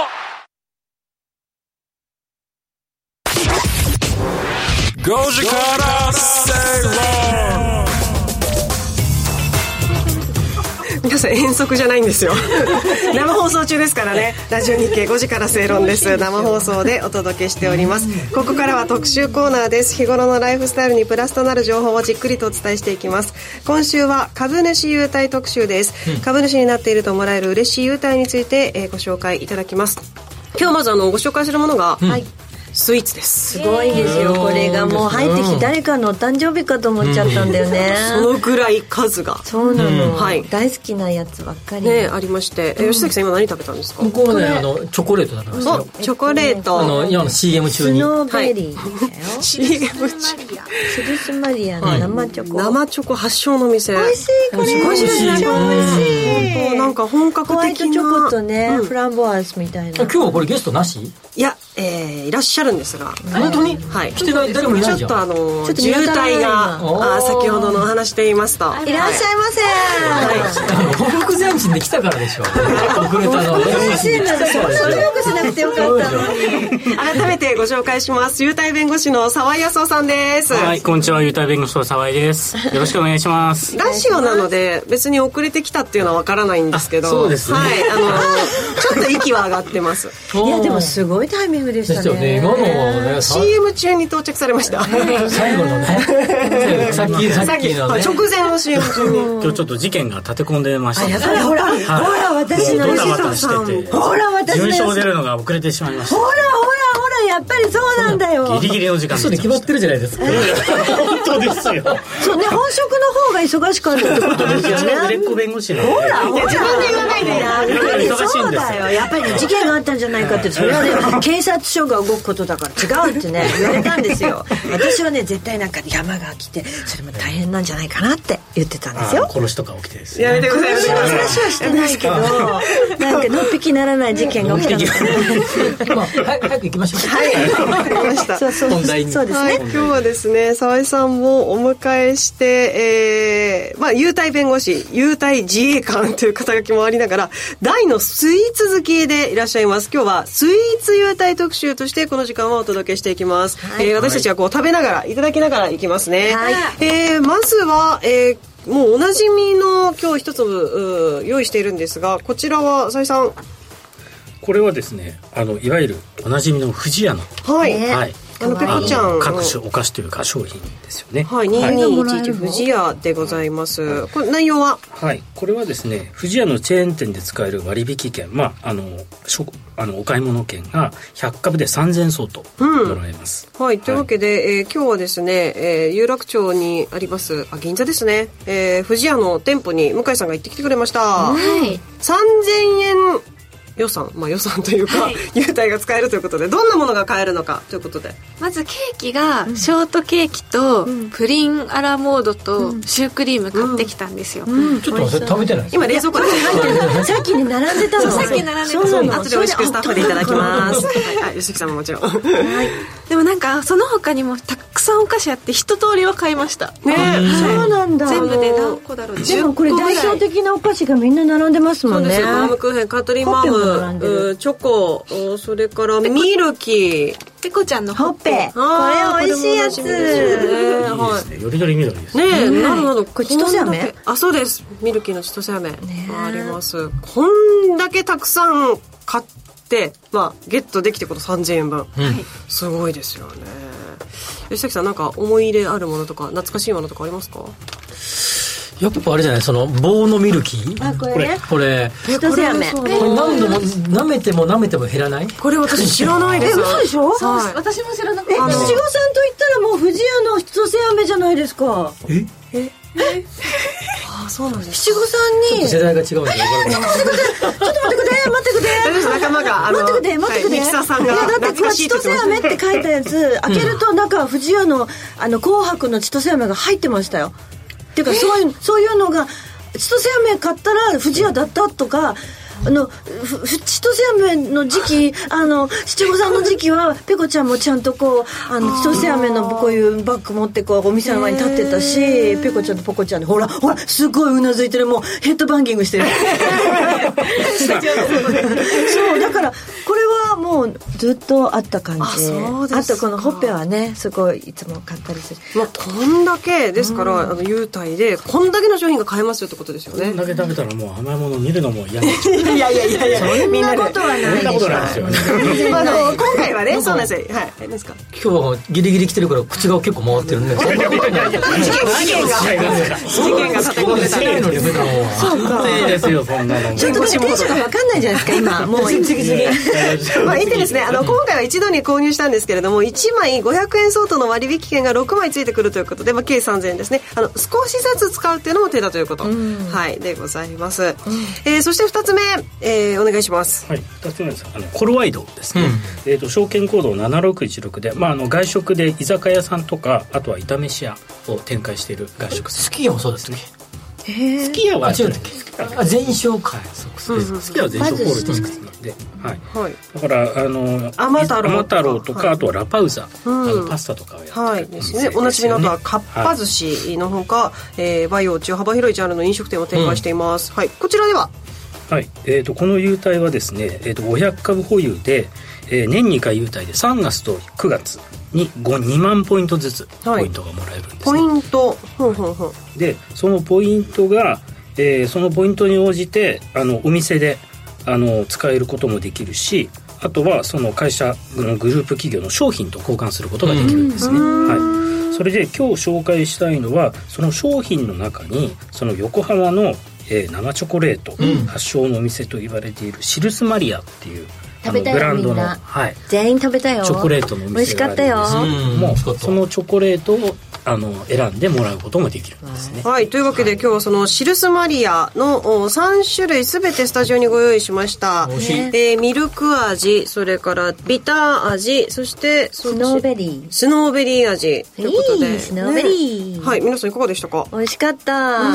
5時から正論。 皆さん遠足じゃないんですよ生放送中ですからね。ラジオ日経5時から正論です。生放送でお届けしております。ここからは特集コーナーです。日頃のライフスタイルにプラスとなる情報をじっくりとお伝えしていきます。今週は株主優待特集です。株主になっているともらえる嬉しい優待について、ご紹介いただきます。今日まずご紹介するものが、スイーツです。 すごいですよ。これがもう入ってきて誰かのお誕生日かと思っちゃったんだよね。 そのぐらい数が。 そうなの。大好きなやつばっかり。 ね、ありまして。吉崎さん今何食べたんですか？ 僕はね、チョコレート食べましたよ。 チョコレート。 今の CM 中に。 スノーベリーだよ。 CM 中。 シルスマリアの生チョコ。 生チョコ発祥の店。 美味しい。これ美味しいですね。 美味しい。 なんか本格的な。 ホワイトチョコとね、フランボワーズみたいな。 今日はこれゲストなし？ いや、いらっしゃるんですが。 本当に？ はい。 来てない、誰もいないじゃん。 ちょっと渋滞が先ほどのお話で言いますと。 いらっしゃいませ。 報告前進で来たからでしょ。遅れたの。 そんなよくしなくてよかったのに。 改めてご紹介します。優待弁護士の沢井康夫さんです。 はい、こんにちは。優待弁護士の沢井です。よろしくお願いします。 ラジオなので別に遅れてきたっていうのはわからないんですけど。 そうですね。 はい、ちょっと息は上がってます。 いやでもすごいタイミングでしたね。 今のね、 CM 中に到着されました。 最後のね、さっきのね、 直前の CM 中に。 今日ちょっと事件が立て込んでましたね。 ほら私のドタバタしてて、 ほら私の順調出るのが遅れてしまいました。 ほらやっぱりそうなんだよ。 ギリギリの時間そうで決まってるじゃないですか。 本当ですよ。 そうね、本職の方が忙しかったってことですよね。 売れっ子弁護士のほら自分で言わないでや忙しいんですよ。 そうだよ。やっぱりね、事件があったんじゃないかって、それはね警察署が動くことだから違うってね言われたんですよ。私はね絶対なんか山が来てそれも大変なんじゃないかなって言ってたんですよ。 殺しとか起きてですね。 やめてください。 殺しの話はしてないけどなんかのっぴきならない事件が起きたのかな。 早く行きましょう。 はい、わかりました。 本題に。 そうですね。 今日はですね、沢井さんもお迎えして、優待弁護士、優待自衛官という肩書きもありながら、大のスイーツ好きでいらっしゃいます。今日はスイーツ優待特集としてこの時間はお届けしていきます。はい、私たちはこう食べながら、いただきながらいきますね。はい、まずは、もうおなじみの今日一つ用意しているんですが、こちらは沢井さん。 これはですね、いわゆるおなじみの不二家の、はい、はい、 ペコちゃん各種お菓子というか商品ですよね。 はい、2211不二家でございます。これ内容は、 はい、これはですね、不二家のチェーン店で使える割引券、お買い物券が100株で3000相当もらえます。 はい、というわけで、今日はですね、有楽町にあります銀座ですね、不二家の店舗に向井さんが行ってきてくれました。はい、3000円予算というか、はい、優待が使えるということで、どんなものが買えるのかということで、 まずケーキがショートケーキとプリンアラモードとシュークリーム買ってきたんですよ。 ちょっと食べてないです。 今冷蔵庫で入ってる。 さっきに並んでたの。 さっき並んでた。 そうなの。後で美味しくスタッフでいただきます。はい、吉木さんももちろん。はい。 でもなんかその他にもたくさんお菓子あって一通りは買いました。 ね、そうなんだ。 全部で何個だろう。 でもこれ代表的なお菓子がみんな並んでますもんね。 そうですよ。バームクーヘン、カトリーマム、チョコ、それからミルキー、 ペコちゃんのほっぺ、これ美味しいやつ。 よりどり緑ですね。なるほど。 これ千歳飴。 あ、そうです。ミルキーの千歳飴あります。こんだけたくさん買って、ゲットできてこの3000円分、すごいですよね。吉崎さん、なんか思い入れあるものとか懐かしいものとかありますか？ やっぱあれじゃない、その棒のミルキー、これ千歳飴、 これ何度も舐めても舐めても減らない。 これ私知らないです。 嘘でしょ？ 私も知らなかった。 七五三と言ったらもう不二家の千歳飴じゃないですか。 あ、そうなんです。 七五三に世代が違うんで分からない。 ちょっと待ってくれ。 仲間が待ってくれ。 ミキサーさんがだって千歳飴って書いたやつ開けると中は不二家の紅白の千歳飴が入ってましたよ。っていうかそういうのが千歳飴買ったら不二家だったとか、千歳飴の時期七五三の時期はペコちゃんもちゃんとこう千歳飴のこういうバッグ持ってこうお店の前に立ってたし、ペコちゃんとポコちゃんでほらすごいうなずいてる、もうヘッドバンギングしてる。そうだからこれはもうずっとあった感じ。あとこのほっぺはね、すごいいつも買ったりする。 こんだけですから、優待でこんだけの商品が買えますよってことですよね。 こんだけ食べたらもう甘いもの見るのも嫌になっちゃう。 いやそんなことはないでしょ。 そんなことないですよね。 今回はね、そうなんですよ。はい。ですか。 今日はギリギリ来てるから口が結構回ってるね。 事件が立て込んでたね。 そうか。 いいですよ、そんなの。 ちょっとテンションが分かんないじゃないですか今。もう次。 いてですね、今回は一度に購入したんですけれども、1枚500円相当の割引券が6枚ついてくるということで、計3000円ですね。少しずつ使うっていうのも手だということ、はいでございます。そして2つ目、お願いします。 はい、2つ目ですコロワイドですね。証券コード7616で、外食で居酒屋さんとか、あとは炒飯屋を展開している外食すき家もそうですね。 すき家は違うんだっけ？全商か。 すき家は全商ホールディスクスなんで、だから甘太郎とか、あとはラパウザ、パスタとかをやってる、 はいですね。おなじみのとはかっぱ寿司のほか、和洋中幅広いジャンルの飲食店を展開しています。はい、こちらでははい、この優待はですね、500株保有で、年2回優待で3月と9月に2万ポイントずつポイントがもらえるんですね。 ポイント、 でそのポイントが、そのポイントに応じてお店で使えることもできるし、あとはその会社のグループ企業の商品と交換することができるんですね。はい、それで今日紹介したいのは、その商品の中にその横浜の生チョコレート発祥のお店と言われているシルスマリアっていう食べたよブランドの、 みんな、 はい、 全員食べたよ。 チョコレートのお店があるんですけども、 美味しかったよ。 そのチョコレートを選んでもらうこともできるんですね。 はい、というわけで、今日はそのシルスマリアの3種類すべてスタジオにご用意しました。ミルク味、それからビター味、そしてスノーベリー味ということで、 スノーベリー、 はい、皆さんいかがでしたか？ 美味しかった、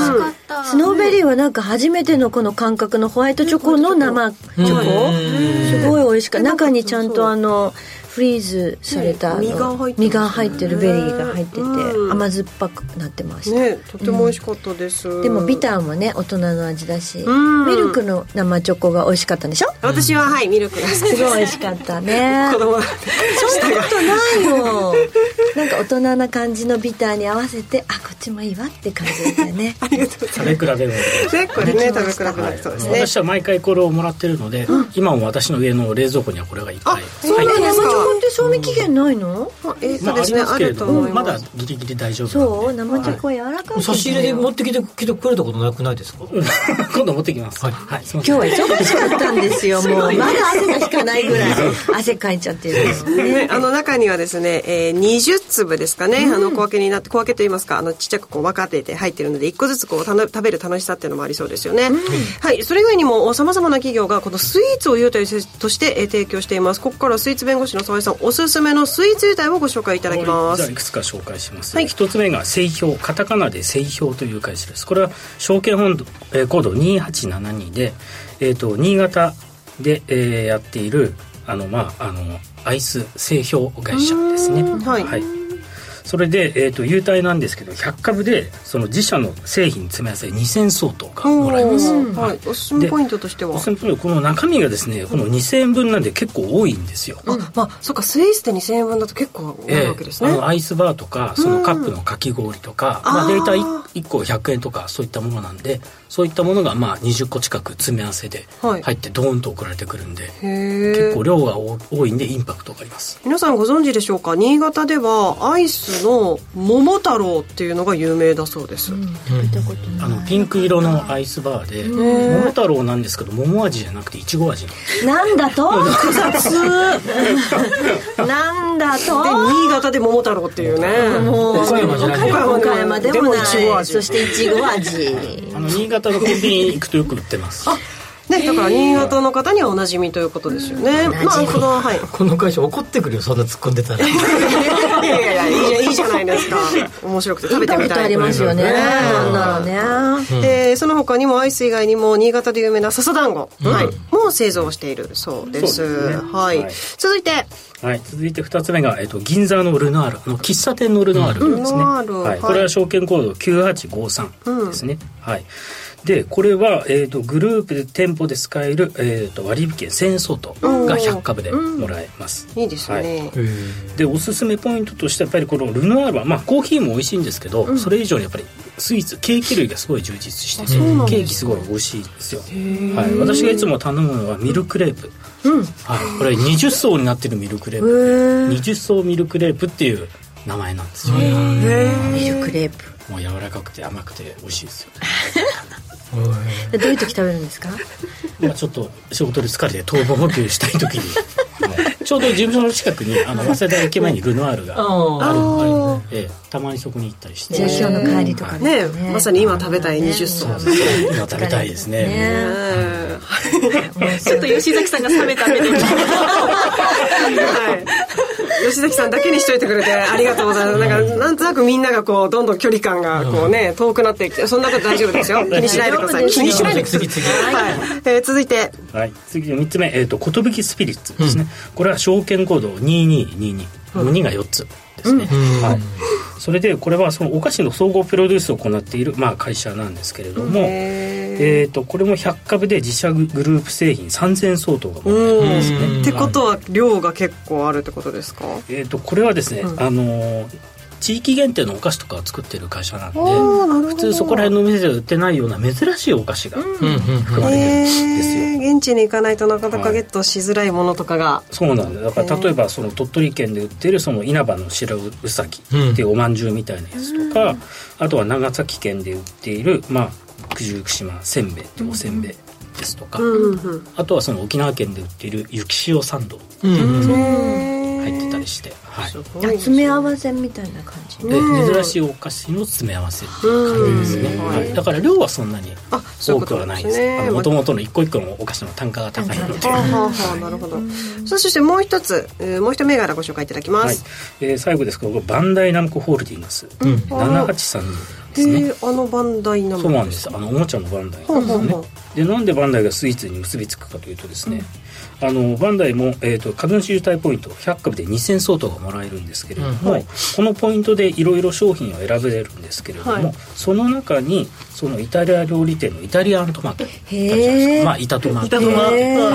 スノーベリーはなんか初めてのこの感覚のホワイトチョコの生チョコ、すごい美味しかった。中にちゃんとフリーズされた実が入ってるベリーが入ってて、甘酸っぱくなってましたね。とても美味しかったです、 でもビターもね大人の味だし、ミルクの生チョコが美味しかったんでしょ？ 私ははいミルクが好きです。 すごい美味しかったね。 子供そんなことないよ。なんか大人な感じのビターに合わせて、あ、こっちもいいわって感じだよね。 ありがとうございます。 食べ比べもこれね、食べ比べもそうですね。 私は毎回これをもらってるので、今も私の家の冷蔵庫にはこれがいっぱい。 そうなんですか。生チョコって賞味期限ないの？ ですね、あると思います。 まだギリギリ大丈夫。 そう、生チョコ柔らかい。 差し入れで持ってきてくれたことなくないですか？ 今度持ってきます。はい。 今日は忙しかったんですよ。もうまだ汗が引かないぐらい汗かいちゃってるんですね。 中にはですね、20粒ですかね、小分けになって、小分けといいますか、ちっちゃくこう分かっていて入ってるので、1個ずつこう食べる楽しさっていうのもありそうですよね。はい。それ以外にも様々な企業がこのスイーツを優待として提供しています。ここからスイーツ弁護士の澤井さんおすすめのスイーツ優待をご紹介いただきます。 じゃあいくつか紹介します。はい、1つ目が製氷、カタカナで製氷という会社です。これは証券コード2872で、新潟で、やっているアイス製氷会社ですね。はい。それで、優待なんですけど、100株でその自社の製品詰め合わせ2000相当がもらえます。 はい。おすすめポイントとしては、 おすすめポイント、この中身がですね、この2000円分なんで結構多いんですよ。 そうか、スイーツで2000円分だと結構多いわけですね。 アイスバーとか、そのカップのかき氷とか、データ1個100円とかそういったものなんで、そういったものが20個近く詰め合わせで入ってドーンと送られてくるんで、結構量が多いんでインパクトがあります。 皆さんご存知でしょうか？新潟ではアイスの桃太郎っていうのが有名だそうです。 ピンク色のアイスバーで桃太郎なんですけど、桃味じゃなくていちご味なんだと複雑なんだとで新潟で桃太郎っていうね、 岡山じゃない岡山でもない、そしていちご味新潟のコンビニ行くとよく売ってますね、だから新潟の方にはおなじみということですよね。 この会社怒ってくるよ、そんな突っ込んでたら。いやいいじゃないですか。面白くて食べてみたい。 ありますよね。なんだろうね。その他にもアイス以外にも新潟で有名な笹団子も製造しているそうです。はい。続いて 2つ目が銀座のルナール、喫茶店のルナールですね。はい。これは証券コード9853ですね。はい。でこれは、グループで店舗で使える、割引券1000円相当が100株でもらえます。 いいですね。 でおすすめポイントとしてやっぱりこのルノアールは、コーヒーも美味しいんですけど、それ以上にやっぱりスイーツ、ケーキ類がすごい充実してて、ケーキすごい美味しいですよ。はい、私がいつも頼むのはミルクレープ。はい、これ20層になってるミルクレープで、20層ミルクレープっていう名前なんですよ。 ミルクレープもう柔らかくて甘くて美味しいですよ。 どういう時食べるんですか？ ちょっと仕事で疲れて糖分補給したい時にちょうど事務所の近くに早稲田駅前にルノアールがあるので、たまにそこに行ったりして。 じゃあ今日の帰りとかね、 まさに今食べたい20層今食べたいですね。 ちょっと吉崎さんが冷めた目で吉崎さんだけにしといてくれてありがとうございます。なんとなくみんながこうどんどん距離感がこうね、遠くなってきて、そんなこと大丈夫ですよ。気にしないでください。気にしないでください。続いて、 次3つ目、寿スピリッツですね。これは証券コード2222、2が4つですね。それでこれはそのお菓子の総合プロデュースを行っている会社なんですけれども、これも100株で自社グループ製品3000相当が持ってるんですね。 ってことは量が結構あるってことですか？ これはですね、地域限定のお菓子とかを作ってる会社なんで、普通そこら辺の店では売ってないような珍しいお菓子が含まれてるんですよ。 現地に行かないとなかなかゲットしづらいものとかが、 そうなんだ。だから例えばその鳥取県で売っているその稲葉の白うさぎっていうおまんじゅうみたいなやつとか、あとは長崎県で売っている九十九島せんべいっておせんべいですとか、あとはその沖縄県で売っている雪塩サンド、入ってたりして、 詰め合わせみたいな感じで、珍しいお菓子の詰め合わせっていう感じですね、だから量はそんなに多くはないです。もともとの一個一個のお菓子の単価が高いので。 なるほど。そしてもう一つ、もう一銘柄ご紹介いただきます。 最後ですけど、バンダイナムコホールディングス、7832ですね。 バンダイナムコ。 そうなんです。おもちゃのバンダイなんですね。で、なんでバンダイがスイーツに結びつくかというとですね、バンダイも、株主優待ポイント100株で2000相当がもらえるんですけれども、このポイントでいろいろ商品を選べれるんですけれども、その中にそのイタリア料理店のイタリアントマト、イタトマ、イタトマ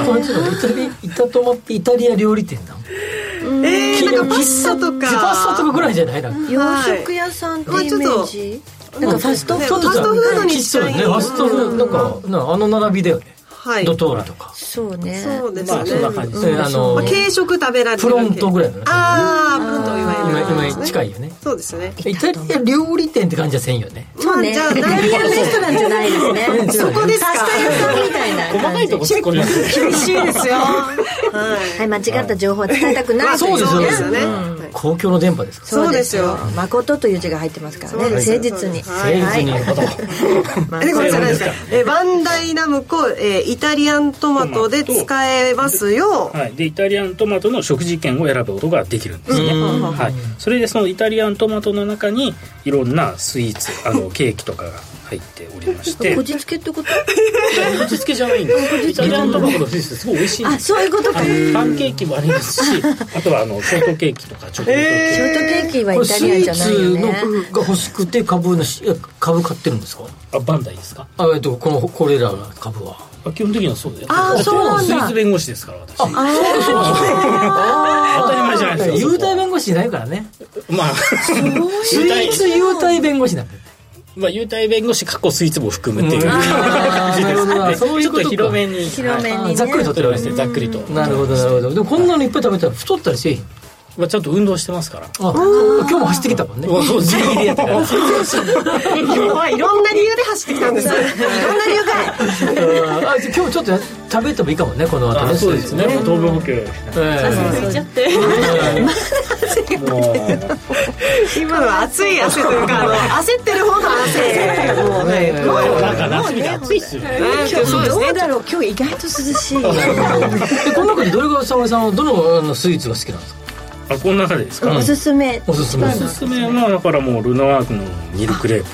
ってイタリア料理店なの？ なんかパスタとかぐらいじゃない？ 洋食屋さんってイメージ？なんかファストフードに近い。ファストフードなんか並びだよね。ドトールとか。 そうね。 そうですね。 そんな感じです。 軽食食べられる。 フロントぐらいの。 プロントいわゆる。 今近いよね。 そうですね。 イタリア料理店って感じはせんよね。 そうね。じゃあイタリアンレストランじゃないですね。 そこですか。 パスタ屋さんみたいな。 細かいとこ突っ込みますね。 厳しいですよ。 はい、間違った情報は伝えたくない。 そうですよね。公共の電波ですか。 そうですよ。誠という字が入ってますからね。誠実に。 誠実に。 ごめんなさい。バンダイナムコイタリアントマトで使えますよ。 でイタリアントマトの食事券を選ぶことができるんですね。それでそのイタリアントマトの中にいろんなスイーツケーキとかが入っておりまして。 こじつけってこと？こじつけじゃないんです。イタリアントマトのスイーツすごい美味しいんです。 そういうことか。 パンケーキもありますし、あとはショートケーキとかチョコレートショートケーキはイタリアンじゃないよね。 スイーツが欲しくて株買ってるんですか？ バンダイですか？ これらの株は基本的にはそうだよ。 そうなんだ。 スイーツ弁護士ですから私。 そう当たり前じゃないですか。 優待弁護士じゃないからね。スイーツ優待弁護士なんだよ。 優待弁護士過去スイーツも含むっていう感じですね。ちょっと広めにざっくりとってるわけですね。 ざっくりと。 なるほど。でもこんなのいっぱい食べたら太ったりせえへん。 ちゃんと運動してますから。 今日も走ってきたもんね。 そうですね。 今日はいろんな理由で走ってきたんです。いろんな理由かい。今日ちょっと食べてもいいかもね、この後ね。 そうですね。糖分補給。 汗ついちゃって。 今のは熱い汗というか焦ってる方の汗。もうね。 なんか夏みたい暑いっすよね。 どうだろう。今日意外と涼しい。 この中でどれが沙織さんはどのスイーツが好きなんですか？ この中でですか？ おすすめおすすめはだからもうルノワークのミルクレープ。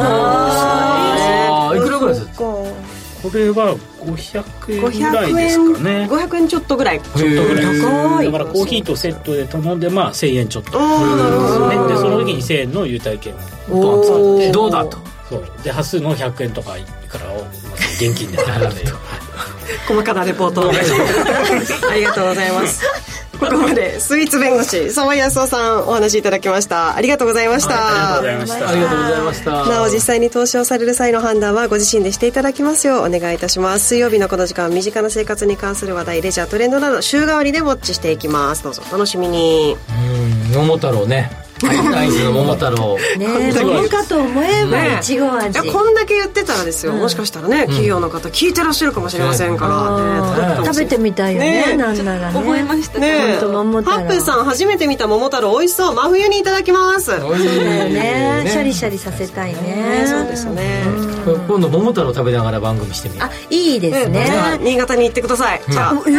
いくらぐらいですか？ これは500円ぐらいですかね。 500円ちょっとぐらい。 高い。だからコーヒーとセットで頼んで1000円ちょっと。でその時に1000円の優待券を使ってどうだと。 で端数の100円とかいくらを現金で払うと。 細かなレポートありがとうございます。ここまでスイーツ弁護士澤井康夫さんお話いただきました。ありがとうございました。 ありがとうございました。 なお実際に投資をされる際の判断はご自身でしていただきますようお願いいたします。水曜日のこの時間は身近な生活に関する話題、レジャー、トレンドなど週替わりでウォッチしていきます。どうぞお楽しみに。 桃太郎ね。アイスの桃太郎ね、そうかと思えばいちご味。 こんだけ言ってたらですよ、もしかしたらね企業の方聞いてらっしゃるかもしれませんからね。 食べてみたいよね。なんならね覚えましたね。ハップさん初めて見た桃太郎美味しそう。真冬にいただきます。 そうだよね。シャリシャリさせたいね。 そうですね。 今度桃太郎食べながら番組してみる。 いいですね。 新潟に行ってください。じゃあそっ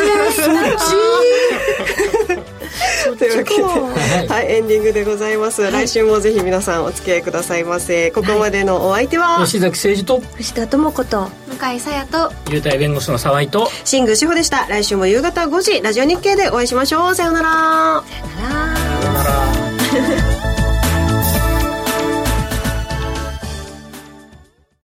ちというわけで、はい、エンディングでございます。来週もぜひ皆さんお付き合いくださいませ。ここまでのお相手は吉崎誠二と藤田智子と向井沙耶と優待弁護士の澤井と新宮志保でした。来週も夕方5時ラジオ日経でお会いしましょう。さようなら。 さようなら。